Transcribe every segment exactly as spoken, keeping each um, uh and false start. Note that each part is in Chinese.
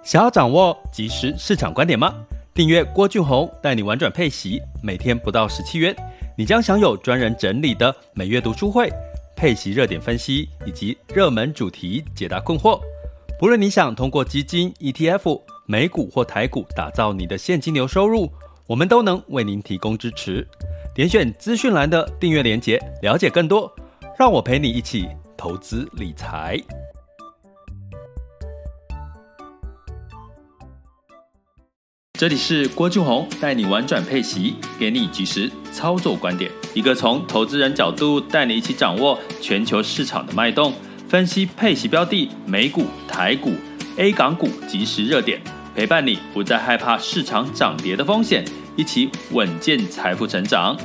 想要掌握即时市场观点吗？订阅郭俊宏带你玩转配息，每天不到十七元，你将享有专人整理的每月读书会、配息热点分析以及热门主题解答困惑。不论你想通过基金、E T F、美股或台股打造你的现金流收入，我们都能为您提供支持。点选资讯栏的订阅连结，了解更多。让我陪你一起投资理财。这里是郭俊宏带你玩转配息，给你即时操作观点，一个从投资人角度带你一起掌握全球市场的脉动，分析配息标的、美股、台股、A 港股即时热点，陪伴你不再害怕市场涨跌的风险，一起稳健财富成长。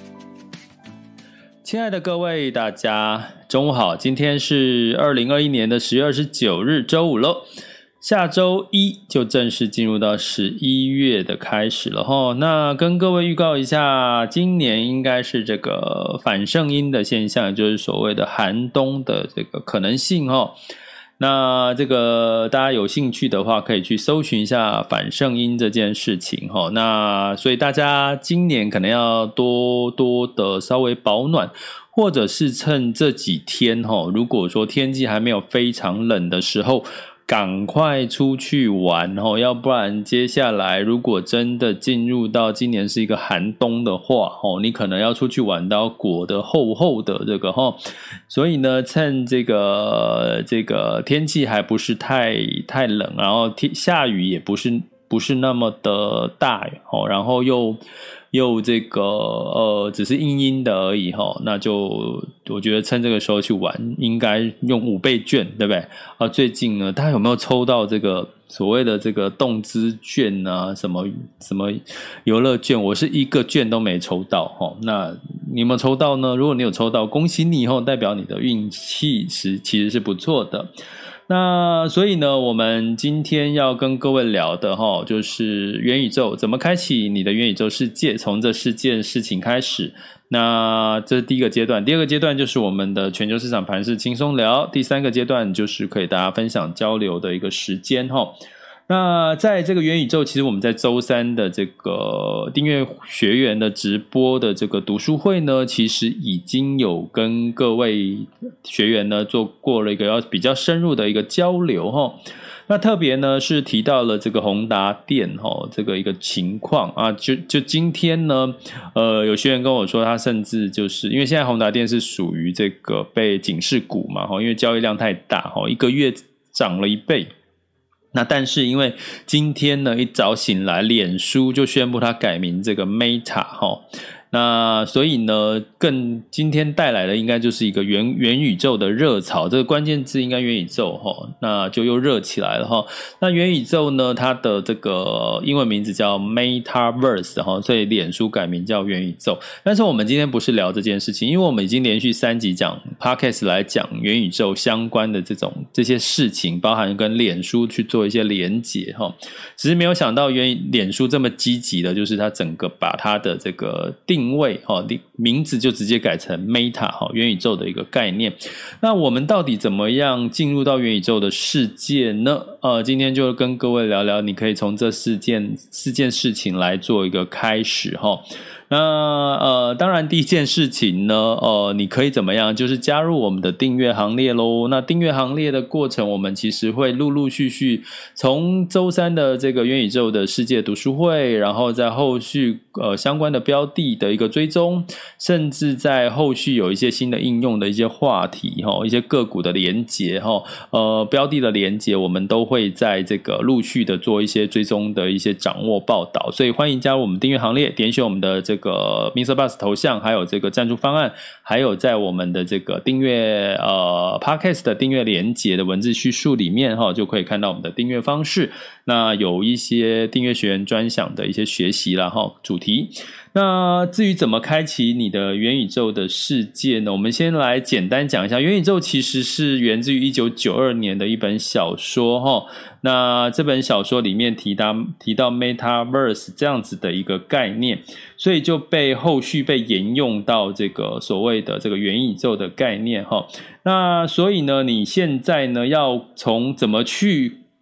亲爱的各位，大家中午好，今天是二零二一年的十月二十九日，周五咯。下周一就正式进入到十一月的开始了齁。那跟各位预告一下，今年应该是这个反圣婴的现象，就是所谓的寒冬的这个可能性齁。那这个大家有兴趣的话，可以去搜寻一下反圣婴这件事情齁。那所以大家今年可能要多多的稍微保暖，或者是趁这几天齁，如果说天气还没有非常冷的时候，赶快出去玩齁，要不然接下来如果真的进入到今年是一个寒冬的话齁，你可能要出去玩到裹得厚厚的这个齁。所以呢，趁这个这个天气还不是太太冷，然后天下雨也不是不是那么的大齁，然后又又这个呃只是阴阴的而已齁，那就我觉得趁这个时候去玩，应该用五倍券，对不对啊？最近呢，大家有没有抽到这个所谓的这个动资券啊，什么什么游乐券？我是一个券都没抽到齁。那你有没有抽到呢？如果你有抽到，恭喜你齁，代表你的运气是其实是不错的。那所以呢，我们今天要跟各位聊的齁，就是元宇宙怎么开启你的元宇宙世界，从这四件事情开始。那这是第一个阶段，第二个阶段就是我们的全球市场盘势轻松聊，第三个阶段就是可以大家分享交流的一个时间齁。那在这个元宇宙，其实我们在周三的这个订阅学员的直播的这个读书会呢，其实已经有跟各位学员呢做过了一个要比较深入的一个交流齁。那特别呢是提到了这个宏达电齁这个一个情况啊，就就今天呢，呃，有学员跟我说，他甚至就是因为现在宏达电是属于这个被警示股嘛齁，因为交易量太大齁，一个月涨了一倍。那但是因为今天呢一早醒来，脸书就宣布它改名这个 Meta 齁。那所以呢，更今天带来的应该就是一个元元宇宙的热潮，这个关键字应该元宇宙齁，那就又热起来了齁。那元宇宙呢，它的这个英文名字叫 Metaverse 齁，所以脸书改名叫元宇宙。但是我们今天不是聊这件事情，因为我们已经连续三集讲 Podcast 来讲元宇宙相关的这种这些事情，包含跟脸书去做一些连结齁。只是没有想到元脸书这么积极的，就是它整个把它的这个定定位名字就直接改成 Meta 元宇宙的一个概念。那我们到底怎么样进入到元宇宙的世界呢？呃，今天就跟各位聊聊，你可以从这四件四件事情来做一个开始齁。那呃，当然第一件事情呢，呃，你可以怎么样？就是加入我们的订阅行列咯。那订阅行列的过程，我们其实会陆陆续续从周三的这个元宇宙的世界读书会，然后在后续呃相关的标的的一个追踪，甚至在后续有一些新的应用的一些话题齁，一些个股的连结齁，呃，标的的连结，我们都会在这个陆续的做一些追踪的一些掌握报道。所以欢迎加入我们订阅行列，点选我们的这个这个 Mister Bus 头像，还有这个赞助方案，还有在我们的这个订阅呃 Podcast 的订阅连结的文字叙述里面齁，就可以看到我们的订阅方式。那有一些订阅学员专享的一些学习啦齁主题。那至于怎么开启你的元宇宙的世界呢？我们先来简单讲一下，元宇宙其实是源自于一九九二年的一本小说齁。那这本小说里面提到提到 Metaverse 这样子的一个概念，所以就被后续被沿用到这个所谓的这个元宇宙的概念齁。那所以呢，你现在呢要从怎么去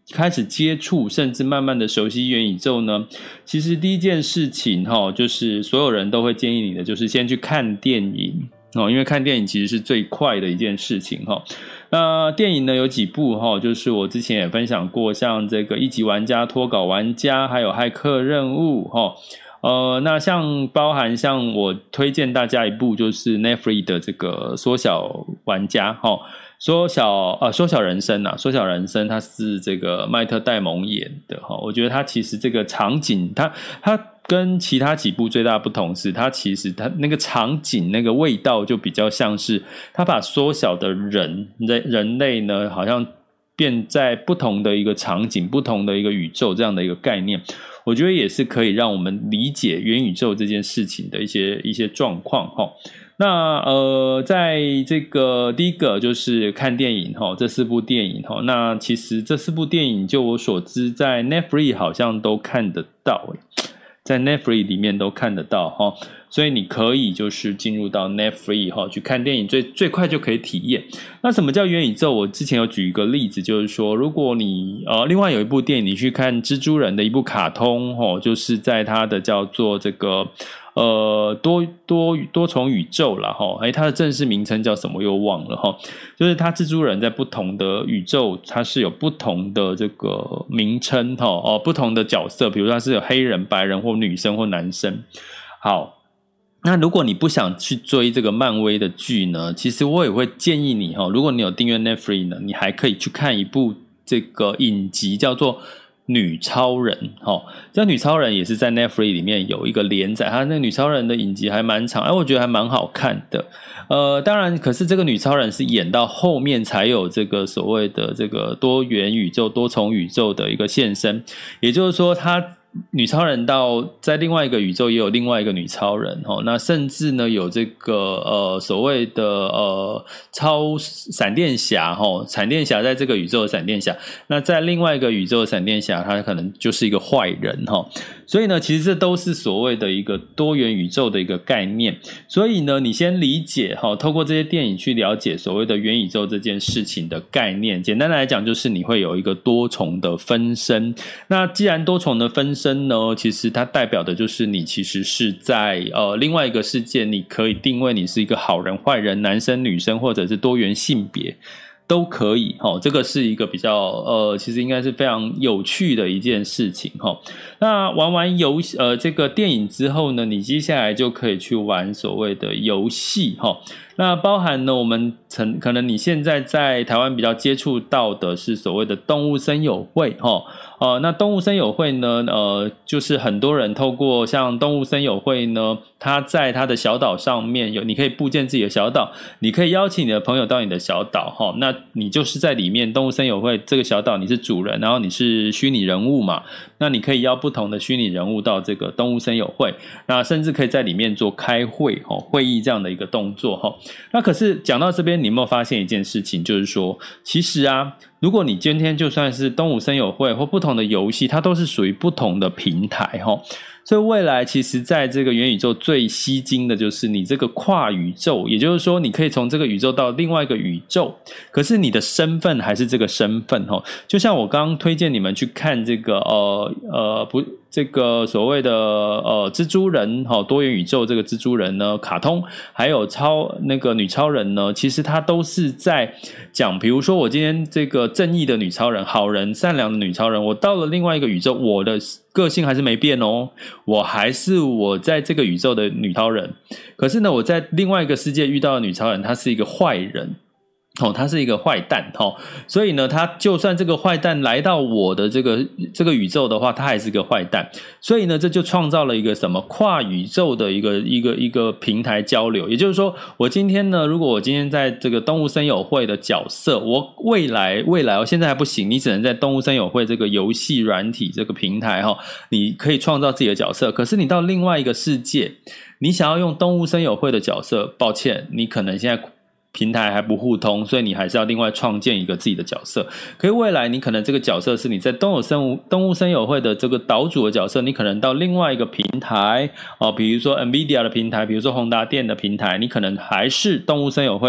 开始接触，甚至慢慢的熟悉元宇宙呢？其实第一件事情齁，就是所有人都会建议你的，就是先去看电影哦，因为看电影其实是最快的一件事情齁。那电影呢有几部齁，就是我之前也分享过，像这个一级玩家、脱稿玩家，还有骇客任务齁。呃，那像包含像我推荐大家一部就是 Netflix 的这个缩小玩家齁。缩小呃，缩小人生啊，缩小人生，它是这个麦特戴蒙演的哈。我觉得它其实这个场景，它它跟其他几部最大不同是，它其实它那个场景那个味道就比较像是，它把缩小的人人人类呢，好像变在不同的一个场景、不同的一个宇宙这样的一个概念。我觉得也是可以让我们理解元宇宙这件事情的一些一些状况哈。那呃，在这个第一个就是看电影齁，这四部电影齁，那其实这四部电影就我所知，在 Netflix 好像都看得到诶，在 Netflix 里面都看得到齁，所以你可以就是进入到 Netflix 齁去看电影，最最快就可以体验。那什么叫元宇宙？我之前有举一个例子，就是说，如果你呃，另外有一部电影，你去看蜘蛛人的一部卡通齁，就是在它的叫做这个。呃，多多多重宇宙啦齁，诶，它的正式名称叫什么又忘了齁，就是它蜘蛛人在不同的宇宙，它是有不同的这个名称齁，哦，不同的角色，比如说它是有黑人、白人或女生或男生。好，那如果你不想去追这个漫威的剧呢，其实我也会建议你齁，如果你有订阅 Netflix 呢，你还可以去看一部这个影集叫做女超人齁，这女超人也是在 Netflix 里面有一个连载，她那个女超人的影集还蛮长，哎，我觉得还蛮好看的。呃，当然，可是这个女超人是演到后面才有这个所谓的这个多元宇宙、多重宇宙的一个现身，也就是说，她女超人到在另外一个宇宙也有另外一个女超人齁，那甚至呢有这个呃所谓的呃超闪电侠齁，闪电侠在这个宇宙的闪电侠，那在另外一个宇宙的闪电侠，他可能就是一个坏人齁。所以呢，其实这都是所谓的一个多元宇宙的一个概念。所以呢，你先理解齁，透过这些电影去了解所谓的元宇宙这件事情的概念。简单来讲，就是你会有一个多重的分身。那既然多重的分身呢，其实它代表的就是你其实是在呃另外一个世界，你可以定位你是一个好人、坏人、男生、女生，或者是多元性别。都可以齁，这个是一个比较呃，其实应该是非常有趣的一件事情齁。那玩完游呃这个电影之后呢，你接下来就可以去玩所谓的游戏齁。那包含呢，我们曾可能你现在在台湾比较接触到的是所谓的动物森友会齁。呃，那动物森友会呢，呃，就是很多人透过像动物森友会呢，它在它的小岛上面有，你可以布建自己的小岛，你可以邀请你的朋友到你的小岛齁，那你就是在里面动物森友会这个小岛你是主人，然后你是虚拟人物嘛，那你可以邀不同的虚拟人物到这个动物森友会，那甚至可以在里面做开会齁，会议这样的一个动作齁。那可是讲到这边，你有没有发现一件事情，就是说，其实啊，如果你今天就算是动物森友会或不同的游戏，它都是属于不同的平台齁。所以未来其实在这个元宇宙最吸睛的就是你这个跨宇宙，也就是说你可以从这个宇宙到另外一个宇宙，可是你的身份还是这个身份齁。就像我刚刚推荐你们去看这个呃呃不这个所谓的呃蜘蛛人齁，多元宇宙这个蜘蛛人呢卡通，还有超那个女超人呢，其实它都是在讲，比如说我今天这个正义的女超人、好人善良的女超人，我到了另外一个宇宙，我的个性还是没变哦，我还是我在这个宇宙的女超人，可是呢我在另外一个世界遇到的女超人，她是一个坏人哦，他是一个坏蛋哦，所以呢，他就算这个坏蛋来到我的这个这个宇宙的话，他还是个坏蛋。所以呢，这就创造了一个什么跨宇宙的一个一个一个平台交流。也就是说，我今天呢，如果我今天在这个动物森友会的角色，我未来未来，我现在还不行，你只能在动物森友会这个游戏软体这个平台哈，你可以创造自己的角色。可是你到另外一个世界，你想要用动物森友会的角色，抱歉，你可能现在平台还不互通，所以你还是要另外创建一个自己的角色。可是未来你可能这个角色是你在动物森动物森友会的这个岛主的角色，你可能到另外一个平台哦，比如说 Nvidia 的平台，比如说宏达电的平台，你可能还是动物森友会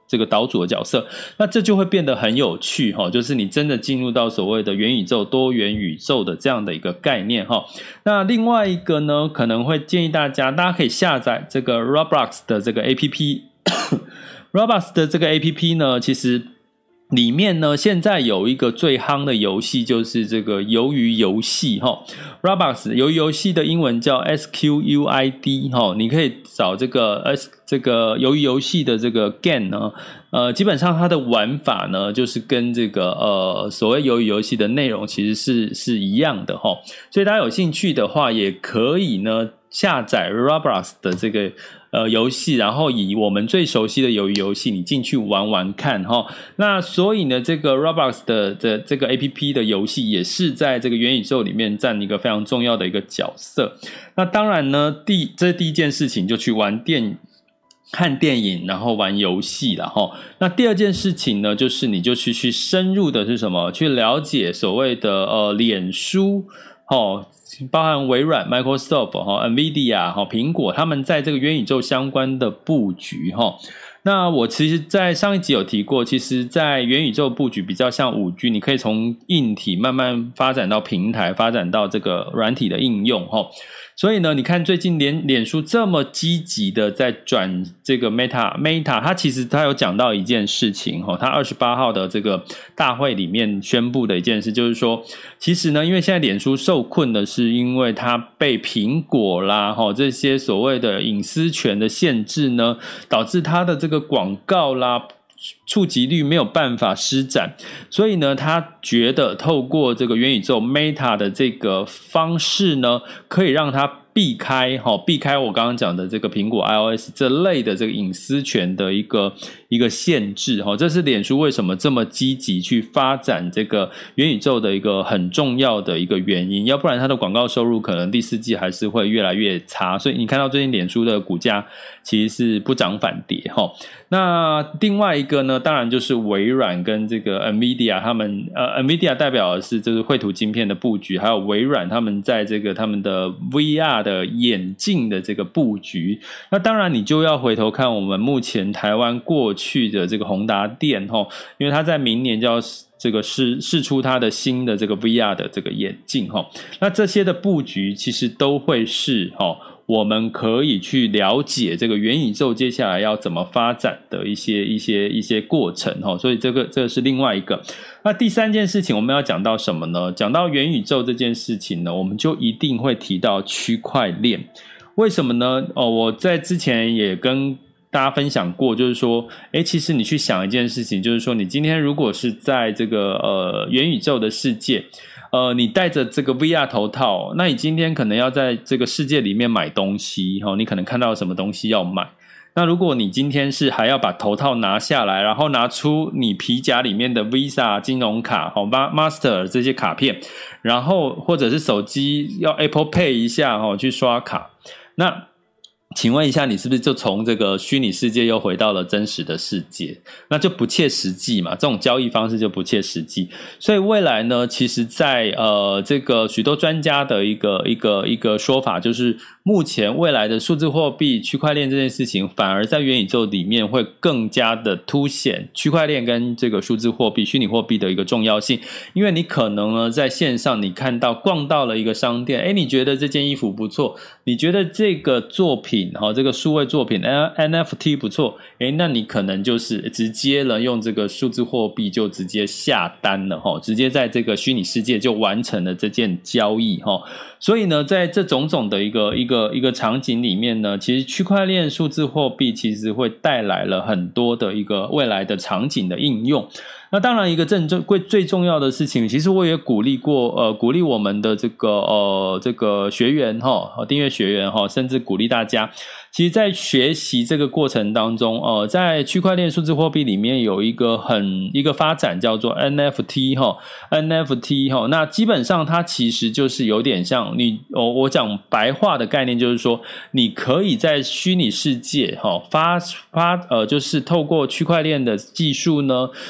这个岛主的角色，那这就会变得很有趣哈，就是你真的进入到所谓的元宇宙、多元宇宙的这样的一个概念哈。那另外一个呢，可能会建议大家，大家可以下载这个 Roblox 的这个 A P P。Roblox 的这个 A P P 呢，其实里面呢，现在有一个最夯的游戏，就是这个鱿鱼游戏哈。Roblox 鱿鱼游戏的英文叫 S Q U I D 哈，你可以找这个 S 这个鱿鱼游戏的这个 game 呢，呃，基本上它的玩法呢，就是跟这个呃所谓鱿鱼游戏的内容其实是是一样的哈。所以大家有兴趣的话，也可以呢下载 Roblox 的这个呃游戏，然后以我们最熟悉的鱿鱼游戏，你进去玩玩看哈。那所以呢，这个 Roblox 的的这个 A P P 的游戏也是在这个元宇宙里面占一个非常重要的一个角色。那当然呢，第这第一件事情就去玩电影。看电影，然后玩游戏啦齁。那第二件事情呢，就是你就去去深入的是什么？去了解所谓的呃脸书齁，包含微软 Microsoft 齁 Nvidia 齁苹果，他们在这个元宇宙相关的布局齁。那我其实在上一集有提过，其实在元宇宙布局比较像 五 G， 你可以从硬体慢慢发展到平台，发展到这个软体的应用齁。所以呢，你看最近脸脸书这么积极的在转这个 Meta Meta， 它其实它有讲到一件事情齁，它二十八号的这个大会里面宣布的一件事，就是说，其实呢，因为现在脸书受困的是因为它被苹果啦齁这些所谓的隐私权的限制呢，导致它的这个广告啦触及率没有办法施展，所以呢，他觉得透过这个元宇宙 Meta 的这个方式呢，可以让他避开齁，避开我刚刚讲的这个苹果 iOS 这类的这个隐私权的一个一个限制齁，这是脸书为什么这么积极去发展这个元宇宙的一个很重要的一个原因，要不然它的广告收入可能第四季还是会越来越差，所以你看到最近脸书的股价其实是不涨反跌齁。那另外一个呢，当然就是微软跟这个 Nvidia 他们呃 Nvidia 代表的是这个绘图晶片的布局，还有微软他们在这个他们的 V R 的眼镜的这个布局。那当然你就要回头看我们目前台湾过去的这个宏达电齁，因为它在明年就要这个试试出它的新的这个 V R 的这个眼镜齁。那这些的布局其实都会是齁我们可以去了解这个元宇宙接下来要怎么发展的一些一些一些过程齁，所以这个这个是另外一个。那第三件事情我们要讲到什么呢？讲到元宇宙这件事情呢，我们就一定会提到区块链。为什么呢？哦，我在之前也跟大家分享过，就是说诶其实你去想一件事情，就是说你今天如果是在这个呃元宇宙的世界，呃，你戴着这个 V R 头套，那你今天可能要在这个世界里面买东西，哦，你可能看到什么东西要买。那如果你今天是还要把头套拿下来，然后拿出你皮夹里面的 Visa 金融卡、哦、Master 这些卡片，然后或者是手机要 Apple Pay 一下、哦、去刷卡，那请问一下，你是不是就从这个虚拟世界又回到了真实的世界？那就不切实际嘛，这种交易方式就不切实际。所以未来呢，其实在呃这个许多专家的一个一个一个说法，就是目前未来的数字货币、区块链这件事情，反而在元宇宙里面会更加的凸显区块链跟这个数字货币、虚拟货币的一个重要性。因为你可能呢在线上你看到逛到了一个商店，诶，你觉得这件衣服不错，你觉得这个作品好，这个数位作品 N F T 不错，诶，那你可能就是直接了用这个数字货币就直接下单了，直接在这个虚拟世界就完成了这件交易。所以呢，在这种种的一个一个一个场景里面呢，其实区块链数字货币其实会带来了很多的一个未来的场景的应用。那当然一个正最最重要的事情，其实我也鼓励过呃鼓励我们的这个呃这个学员齁订阅学员齁，甚至鼓励大家，其实在学习这个过程当中呃在区块链数字货币里面有一个很一个发展叫做 N F T 齁 N F T 齁，那基本上它其实就是有点像你哦我讲白话的概念，就是说你可以在虚拟世界齁发发呃就是透过区块链的技术呢去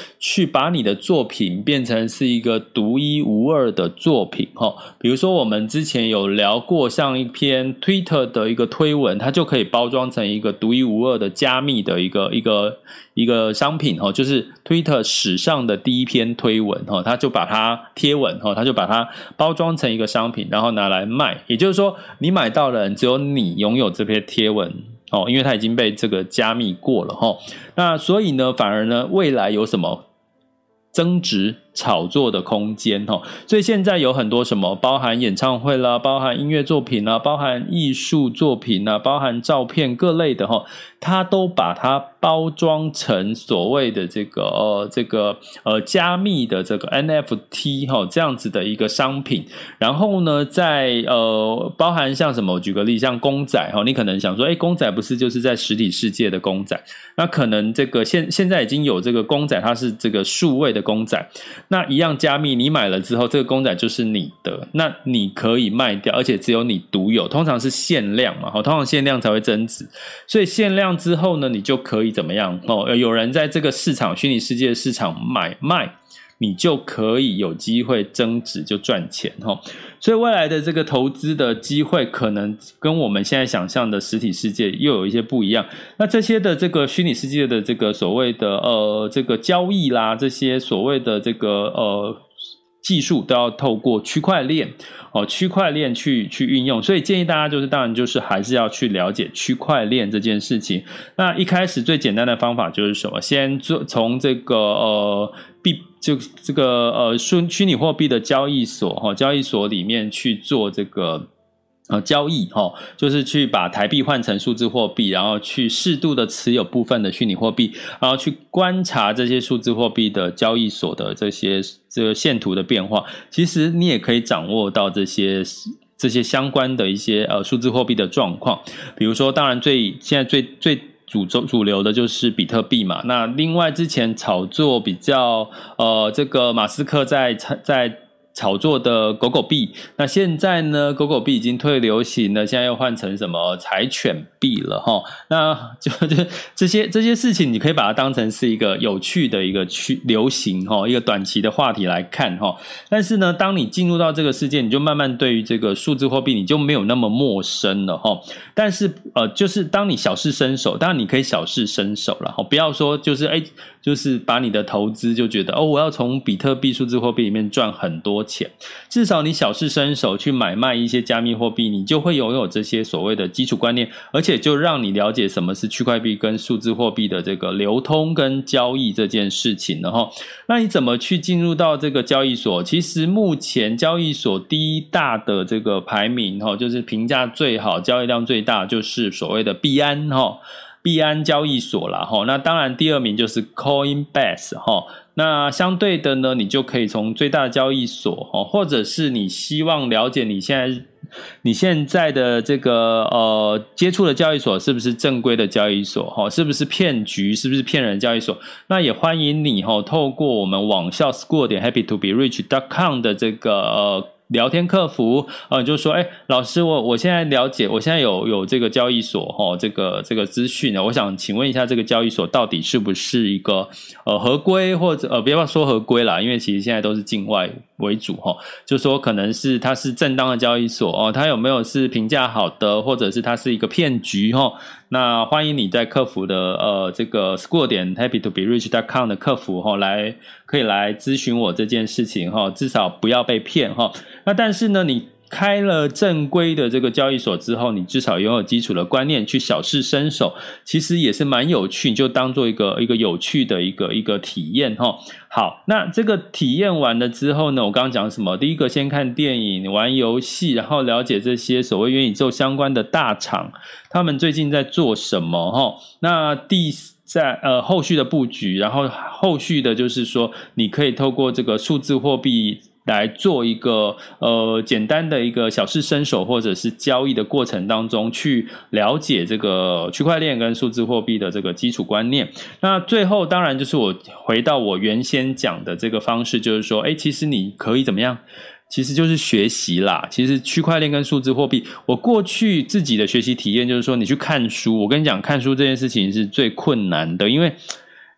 把你的作品变成是一个独一无二的作品齁。比如说我们之前有聊过，像一篇 Twitter 的一个推文，它就可以包装成一个独一无二的加密的一个一个一个商品齁，就是 Twitter 史上的第一篇推文齁，它就把它贴文齁，它就把它包装成一个商品，然后拿来卖。也就是说，你买到的人只有你拥有这篇贴文。哦，因为它已经被这个加密过了齁，那所以呢，反而呢，未来有什么增值炒作的空间齁，所以现在有很多什么包含演唱会啦，包含音乐作品啦，包含艺术作品啦，包含照片各类的齁，它都把它包装成所谓的这个呃这个呃加密的这个 N F T 齁，这样子的一个商品。然后呢，在呃包含像什么，我举个例，像公仔齁，你可能想说，诶，公仔不是就是在实体世界的公仔，那可能这个现现在已经有这个公仔，它是这个数位的公仔。那一样加密，你买了之后，这个公仔就是你的，那你可以卖掉，而且只有你独有，通常是限量嘛，通常限量才会增值，所以限量之后呢，你就可以怎么样？哦，有人在这个市场，虚拟世界的市场买卖，你就可以有机会增值，就赚钱齁。所以未来的这个投资的机会可能跟我们现在想象的实体世界又有一些不一样。那这些的这个虚拟世界的这个所谓的呃这个交易啦，这些所谓的这个呃技术都要透过区块链哦，区块链去去运用，所以建议大家就是当然就是还是要去了解区块链这件事情。那一开始最简单的方法就是什么？先做从这个呃币就这个呃虚虚拟货币的交易所哈、哦，交易所里面去做这个。呃，交易齁、哦，就是去把台币换成数字货币，然后去适度的持有部分的虚拟货币，然后去观察这些数字货币的交易所的这些这个线图的变化。其实你也可以掌握到这些这些相关的一些呃数字货币的状况。比如说，当然最现在最最主主流的就是比特币嘛。那另外之前炒作比较呃这个马斯克在在炒作的狗狗币，那现在呢，狗狗币已经退流行了，现在又换成什么柴犬币了齁。那就就这些这些事情，你可以把它当成是一个有趣的一个去流行齁，一个短期的话题来看齁。但是呢，当你进入到这个世界，你就慢慢对于这个数字货币你就没有那么陌生了齁。但是呃，就是当你小试身手，当然你可以小试身手了齁，不要说就是哎，就是把你的投资就觉得哦，我要从比特币数字货币里面赚很多钱，至少你小试身手去买卖一些加密货币，你就会拥有这些所谓的基础观念，而且就让你了解什么是区块币跟数字货币的这个流通跟交易这件事情了齁。那你怎么去进入到这个交易所？其实目前交易所第一大的这个排名齁，就是评价最好、交易量最大，就是所谓的币安齁。币安交易所啦齁，那当然第二名就是 Coinbase 齁，那相对的呢，你就可以从最大的交易所齁，或者是你希望了解你现在你现在的这个呃接触的交易所是不是正规的交易所齁，是不是骗局，是不是骗人交易所，那也欢迎你齁，透过我们网校 school 点 happy to be rich dot com 的这个呃聊天客服，呃，就说，哎，老师，我我现在了解，我现在有有这个交易所哈、哦，这个这个资讯呢，我想请问一下，这个交易所到底是不是一个呃合规，或者呃不要说合规啦，因为其实现在都是境外为主哈、哦，就说可能是它是正当的交易所哦，它有没有是评价好的，或者是它是一个骗局哈、哦？那欢迎你在客服的呃这个 school 点 happy to be rich dot com 的客服哈、哦，来可以来咨询我这件事情哈、哦，至少不要被骗哈、哦。那但是呢，你开了正规的这个交易所之后，你至少拥有基础的观念去小试身手，其实也是蛮有趣，你就当做一个一个有趣的一个一个体验齁。好，那这个体验完了之后呢，我刚刚讲什么？第一个先看电影、玩游戏，然后了解这些所谓元宇宙相关的大厂，他们最近在做什么齁。那第在呃后续的布局，然后后续的就是说，你可以透过这个数字货币来做一个呃简单的一个小试身手，或者是交易的过程当中去了解这个区块链跟数字货币的这个基础观念。那最后当然就是我回到我原先讲的这个方式，就是说，诶，其实你可以怎么样？其实就是学习啦。其实区块链跟数字货币，我过去自己的学习体验就是说，你去看书，我跟你讲，看书这件事情是最困难的，因为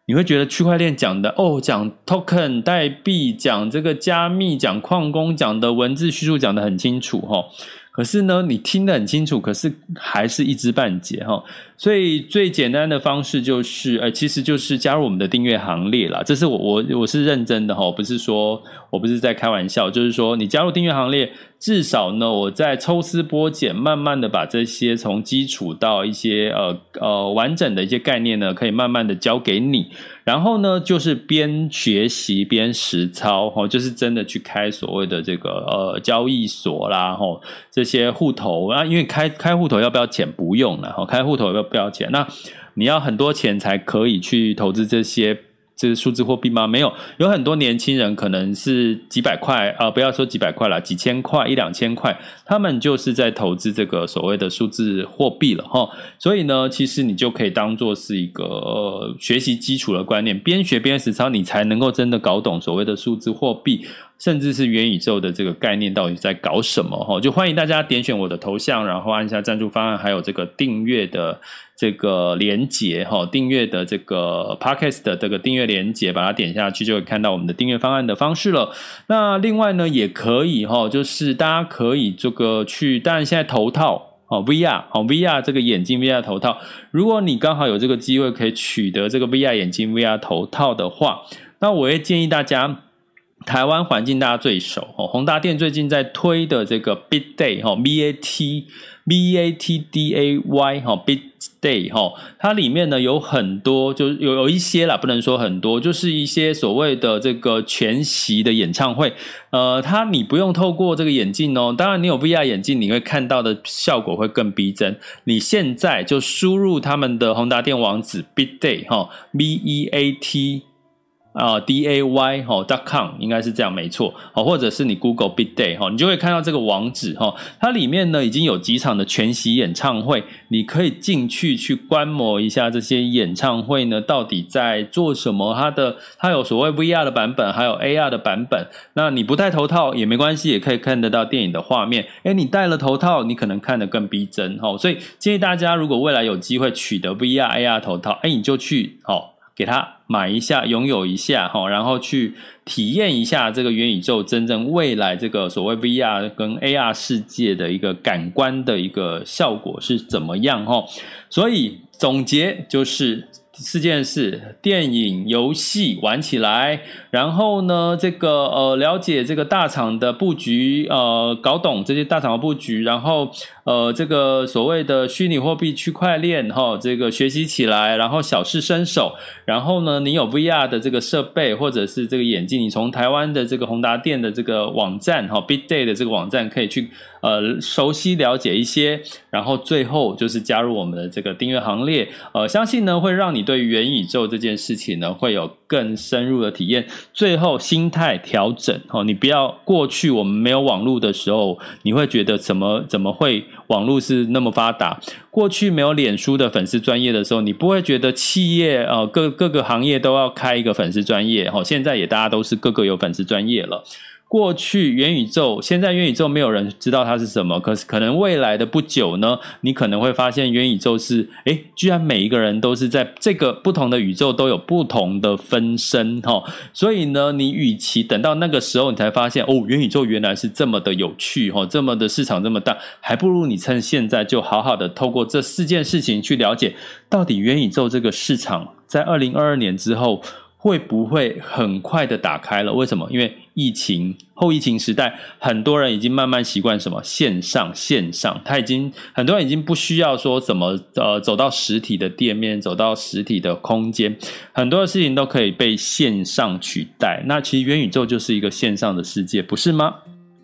你会觉得区块链讲的哦，讲 token 代币，讲这个加密，讲矿工，讲的文字叙述讲的很清楚齁。可是呢，你听得很清楚，可是还是一知半解齁。所以最简单的方式就是，呃，其实就是加入我们的订阅行列啦。这是我我我是认真的齁，不是说我不是在开玩笑，就是说你加入订阅行列，至少呢，我在抽丝剥茧，慢慢的把这些从基础到一些呃呃完整的一些概念呢，可以慢慢的教给你。然后呢，就是边学习边实操齁，就是真的去开所谓的这个呃交易所啦齁，这些户头啊，因为开开户头要不要钱？不用啦齁，开户头要不要钱？那你要很多钱才可以去投资这些这是数字货币吗？没有，有很多年轻人可能是几百块啊、呃，不要说几百块啦，几千块、一两千块，他们就是在投资这个所谓的数字货币了齁。所以呢，其实你就可以当做是一个、呃、学习基础的观念，边学边实操，你才能够真的搞懂所谓的数字货币，甚至是元宇宙的这个概念到底在搞什么齁。就欢迎大家点选我的头像，然后按下赞助方案，还有这个订阅的这个连结齁，订阅的这个 Podcast 的这个订阅连结，把它点下去就会看到我们的订阅方案的方式了。那另外呢，也可以齁，就是大家可以这个去，当然现在头套哦 V R 哦 V R 这个眼镜 V R 头套，如果你刚好有这个机会可以取得这个 V R 眼镜 V R 头套的话，那我会建议大家，台湾环境大家最熟哦，宏达电最近在推的这个 Bit Day 哈 B A T B A T D A Y 哈 Bit Day 哈，它里面呢有很多，就有有一些啦，不能说很多，就是一些所谓的这个全息的演唱会。呃，它你不用透过这个眼镜哦，当然你有 V R 眼镜，你会看到的效果会更逼真。你现在就输入他们的宏达电网址 Bit Day 哈 B E A T。啊、呃、，D A Y 哈 dot com 应该是这样没错，好，或者是你 Google Bit Day 哈，你就会看到这个网址哈，它里面呢已经有几场的全息演唱会，你可以进去去观摩一下这些演唱会呢到底在做什么，它的它有所谓 V R 的版本，还有 A R 的版本，那你不戴头套也没关系，也可以看得到电影的画面，诶你戴了头套，你可能看得更逼真哈，所以建议大家如果未来有机会取得 V R A R 头套，诶你就去好。给它买一下，拥有一下齁，然后去体验一下这个元宇宙真正未来这个所谓 V R 跟 A R 世界的一个感官的一个效果是怎么样齁。所以总结就是四件事：电影、游戏玩起来，然后呢，这个呃了解这个大厂的布局，呃搞懂这些大厂的布局，然后呃这个所谓的虚拟货币区块链哈，这个学习起来，然后小试身手，然后呢，你有 V R 的这个设备或者是这个眼镜，你从台湾的这个宏达电的这个网站哈 Bit Day 的这个网站可以去呃熟悉了解一些，然后最后就是加入我们的这个订阅行列，呃相信呢会让你对元宇宙这件事情呢会有更深入的体验。最后心态调整哦，你不要过去我们没有网络的时候，你会觉得怎么怎么会网络是那么发达？过去没有脸书的粉丝专页的时候，你不会觉得企业呃各各个行业都要开一个粉丝专页哦，现在也大家都是各个有粉丝专页了。过去元宇宙，现在元宇宙没有人知道它是什么，可是可能未来的不久呢，你可能会发现元宇宙是，诶，居然每一个人都是在这个不同的宇宙都有不同的分身齁，所以呢，你与其等到那个时候你才发现哦，元宇宙原来是这么的有趣齁，这么的市场这么大，还不如你趁现在就好好的透过这四件事情去了解，到底元宇宙这个市场在二零二二年之后会不会很快的打开了？为什么？因为疫情后疫情时代，很多人已经慢慢习惯什么线上线上，他已经很多人已经不需要说怎么呃走到实体的店面，走到实体的空间，很多的事情都可以被线上取代。那其实元宇宙就是一个线上的世界，不是吗？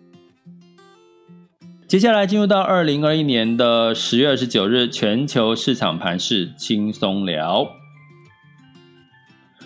接下来进入到二零二一年的十月二十九日，全球市场盘势轻松聊。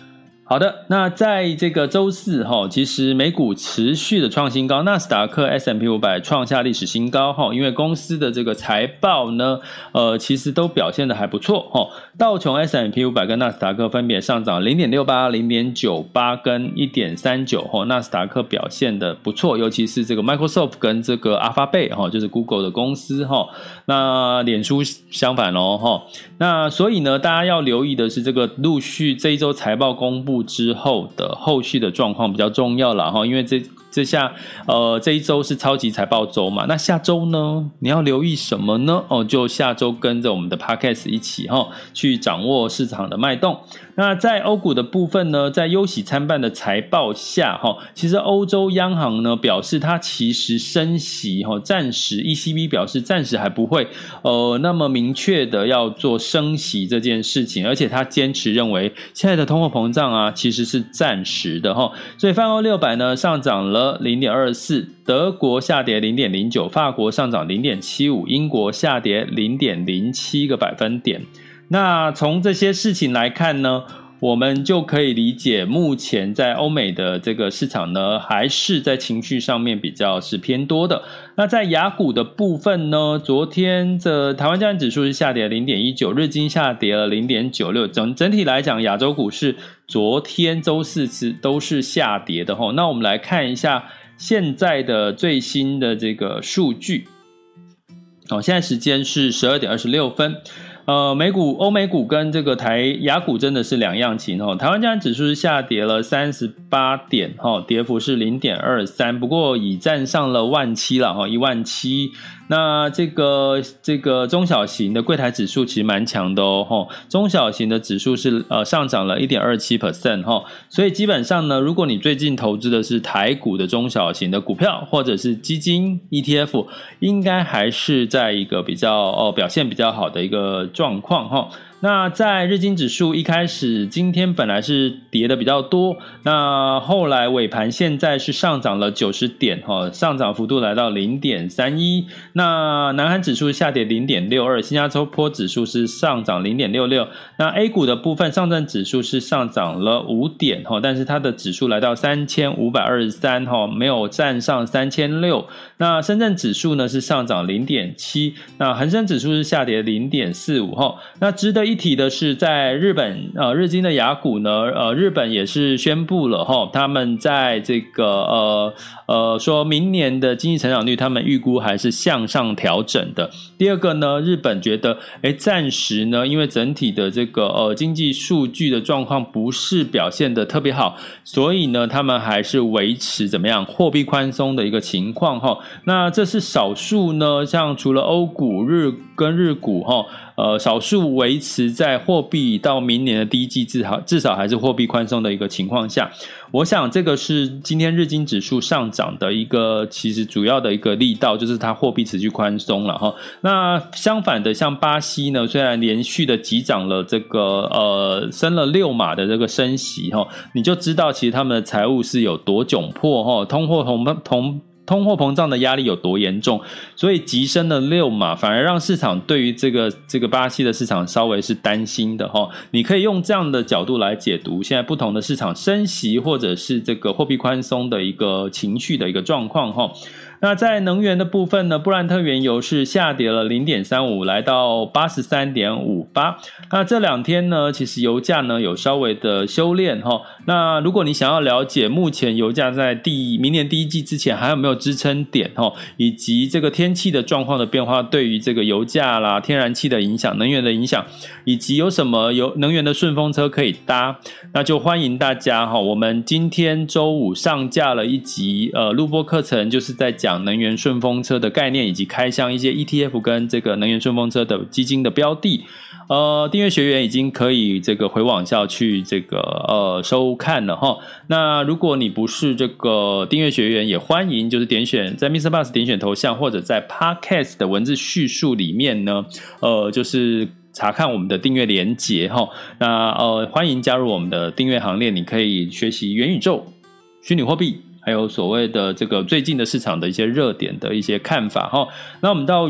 好的，那在这个周四哈，其实美股持续的创新高，纳斯达克 S and P 五百 创下历史新高哈，因为公司的这个财报呢，呃，其实都表现的还不错哈。道琼 S and P 五百 跟纳斯达克分别上涨 零点六八、零点九八 跟 一点三九 哈，纳斯达克表现的不错，尤其是这个 Microsoft 跟这个 Alphabet 哈，就是 Google 的公司哈，那脸书相反咯哈，那所以呢，大家要留意的是这个陆续这一周财报公布之后的后续的状况比较重要啦齁，因为这这下呃这一周是超级财报周嘛，那下周呢你要留意什么呢？哦，就下周跟着我们的 Podcast 一起齁去掌握市场的脉动。那在欧股的部分呢，在忧喜参半的财报下齁，其实欧洲央行呢表示它其实升息齁，暂时 E C B 表示暂时还不会呃那么明确的要做升息这件事情，而且他坚持认为现在的通货膨胀啊其实是暂时的齁，所以泛欧六百呢上涨了 零点二四， 德国下跌 零点零九， 法国上涨 零点七五， 英国下跌 零点零七 个百分点。那从这些事情来看呢，我们就可以理解目前在欧美的这个市场呢还是在情绪上面比较是偏多的。那在亚股的部分呢，昨天这台湾加权指数是下跌 零点一九， 日经下跌了 零点九六， 整整体来讲亚洲股市昨天周四是都是下跌的齁。那我们来看一下现在的最新的这个数据。好，现在时间是十二点二十六分。呃，美股、欧美股跟这个台亚股真的是两样情齁。台湾加权指数是下跌了三十八点齁，跌幅是 零点二三， 不过已站上了万七了齁，一万七。那这个这个中小型的柜台指数其实蛮强的哦齁，中小型的指数是呃上涨了 一点二七 percent 齁，所以基本上呢，如果你最近投资的是台股的中小型的股票或者是基金 E T F， 应该还是在一个比较哦表现比较好的一个状况齁。那在日经指数一开始今天本来是跌的比较多，那后来尾盘现在是上涨了九十点齁，上涨幅度来到 零点三一。那南韩指数下跌 零点六二， 新加坡指数是上涨 零点六六。那 A 股的部分，上证指数是上涨了五点齁，但是它的指数来到三千五百二十三齁，没有站上三千六百。那深圳指数呢是上涨 零点七， 那恒生指数是下跌 零点四五齁。那值得一提的是，在日本呃日经的亚股呢，呃日本也是宣布了齁，他们在这个呃呃说明年的经济成长率，他们预估还是向上调整的。第二个呢，日本觉得诶暂时呢，因为整体的这个呃经济数据的状况不是表现的特别好，所以呢他们还是维持怎么样货币宽松的一个情况齁。那这是少数呢，像除了欧股、日跟日股齁，呃少数维持在货币到明年的第一季至少至少还是货币宽松的一个情况下，我想这个是今天日经指数上涨的一个其实主要的一个力道，就是它货币持续宽松了齁。那相反的，像巴西呢，虽然连续的急涨了这个呃升了六码的这个升息齁，你就知道其实他们的财务是有多窘迫齁，通货同同通货膨胀的压力有多严重，所以急升的六码反而让市场对于这个这个巴西的市场稍微是担心的齁。你可以用这样的角度来解读现在不同的市场升息或者是这个货币宽松的一个情绪的一个状况齁。那在能源的部分呢，布兰特原油是下跌了 零点三五， 来到 八十三点五八。那这两天呢，其实油价呢有稍微的修炼齁。那如果你想要了解目前油价在第明年第一季之前还有没有支撑点齁，以及这个天气的状况的变化对于这个油价啦、天然气的影响、能源的影响，以及有什么有能源的顺风车可以搭，那就欢迎大家齁。我们今天周五上架了一集呃录播课程，就是在讲能源顺风车的概念，以及开箱一些 E T F 跟这个能源顺风车的基金的标的。呃，订阅学员已经可以这个回网校去这个呃收看了齁。那如果你不是这个订阅学员，也欢迎就是点选在 Mister Bus 点选头像，或者在 Podcast 的文字叙述里面呢，呃，就是查看我们的订阅连结齁。那呃，欢迎加入我们的订阅行列，你可以学习元宇宙、虚拟货币，还有所谓的这个最近的市场的一些热点的一些看法齁。那我们到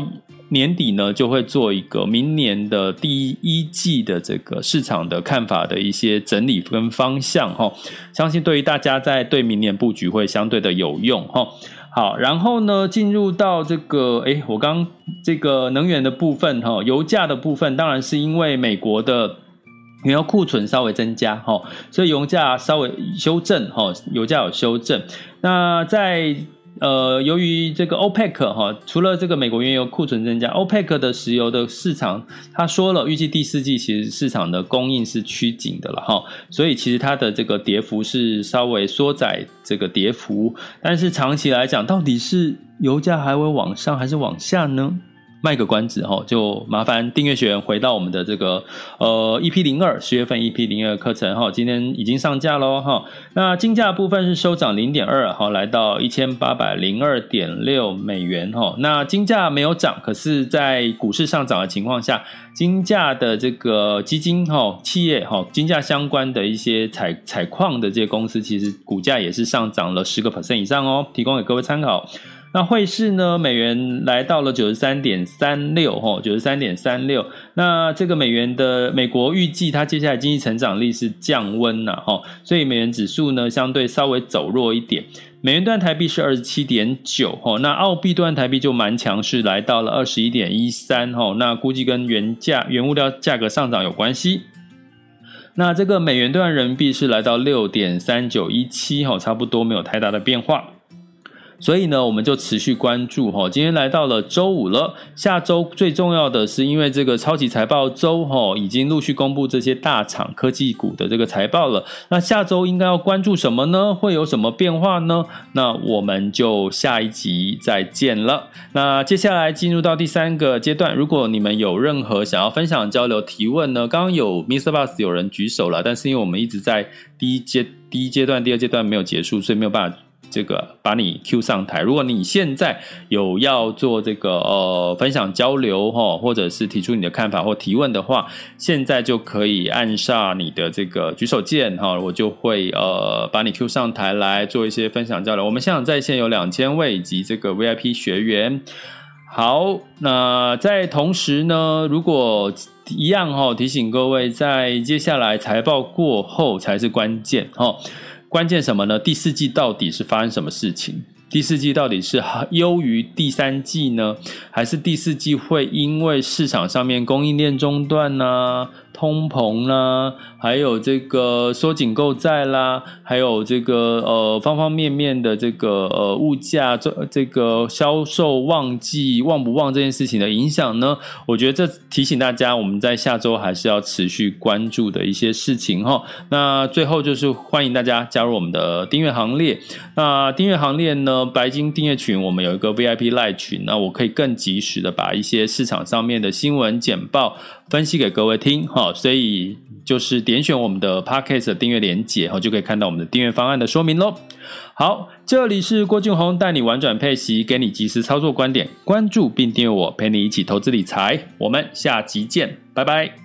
年底呢就会做一个明年的第一季的这个市场的看法的一些整理跟方向齁，相信对于大家在对明年布局会相对的有用齁。好，然后呢进入到这个诶我刚这个能源的部分齁，油价的部分当然是因为美国的原油库存稍微增加，所以油价稍微修正，油价有修正。那在呃，由于这个 OPEC 除了这个美国原油库存增加， OPEC 的石油的市场他说了，预计第四季其实市场的供应是趋紧的了，所以其实它的这个跌幅是稍微缩窄这个跌幅，但是长期来讲，到底是油价还会往上还是往下呢？卖个关子齁，就麻烦订阅学员回到我们的这个呃 E P 零二 十月份 E P 零二 课程齁，今天已经上架咯齁。那金价的部分是收涨 零点二 齁，来到 一千八百零二点六 美元齁。那金价没有涨，可是在股市上涨的情况下，金价的这个基金齁企业齁，金价相关的一些采采矿的这些公司，其实股价也是上涨了 百分之十 以上哦，提供给各位参考。那汇市呢，美元来到了 九十三点三六 齁 九十三点三六，那这个美元的美国预计它接下来经济成长力是降温啊齁，所以美元指数呢相对稍微走弱一点。美元兑台币是 二十七点九 齁，那澳币兑台币就蛮强势，来到了 二十一点一三 齁，那估计跟原价原物料价格上涨有关系。那这个美元兑人民币是来到 六点三九一七 齁，差不多没有太大的变化。所以呢我们就持续关注齁，今天来到了周五了，下周最重要的是因为这个超级财报周齁，已经陆续公布这些大厂科技股的这个财报了，那下周应该要关注什么呢？会有什么变化呢？那我们就下一集再见了。那接下来进入到第三个阶段，如果你们有任何想要分享交流提问呢，刚刚有 Mister Bus 有人举手了，但是因为我们一直在第一阶第一阶段第二阶段没有结束，所以没有办法这个把你 Q 上台。如果你现在有要做这个呃分享交流齁，或者是提出你的看法或提问的话，现在就可以按下你的这个举手键齁，我就会呃把你 Q 上台来做一些分享交流。我们现场在线有两千位以及这个 V I P 学员。好，那在同时呢，如果一样齁，提醒各位，在接下来财报过后才是关键齁。关键什么呢？第四季到底是发生什么事情？第四季到底是优于第三季呢，还是第四季会因为市场上面供应链中断啊、通膨啦，还有这个缩紧购债啦，还有这个呃方方面面的这个呃物价这这个销售旺季旺不旺这件事情的影响呢？我觉得这提醒大家，我们在下周还是要持续关注的一些事情齁。那最后就是欢迎大家加入我们的订阅行列。那订阅行列呢，白金订阅群我们有一个 V I P Live 群，那我可以更及时的把一些市场上面的新闻简报分析给各位听齁，所以就是点选我们的 Podcast 的订阅连结齁，就可以看到我们的订阅方案的说明咯。好，这里是郭俊宏，带你玩转配息，给你及时操作观点，关注并订阅我，陪你一起投资理财，我们下集见，拜拜。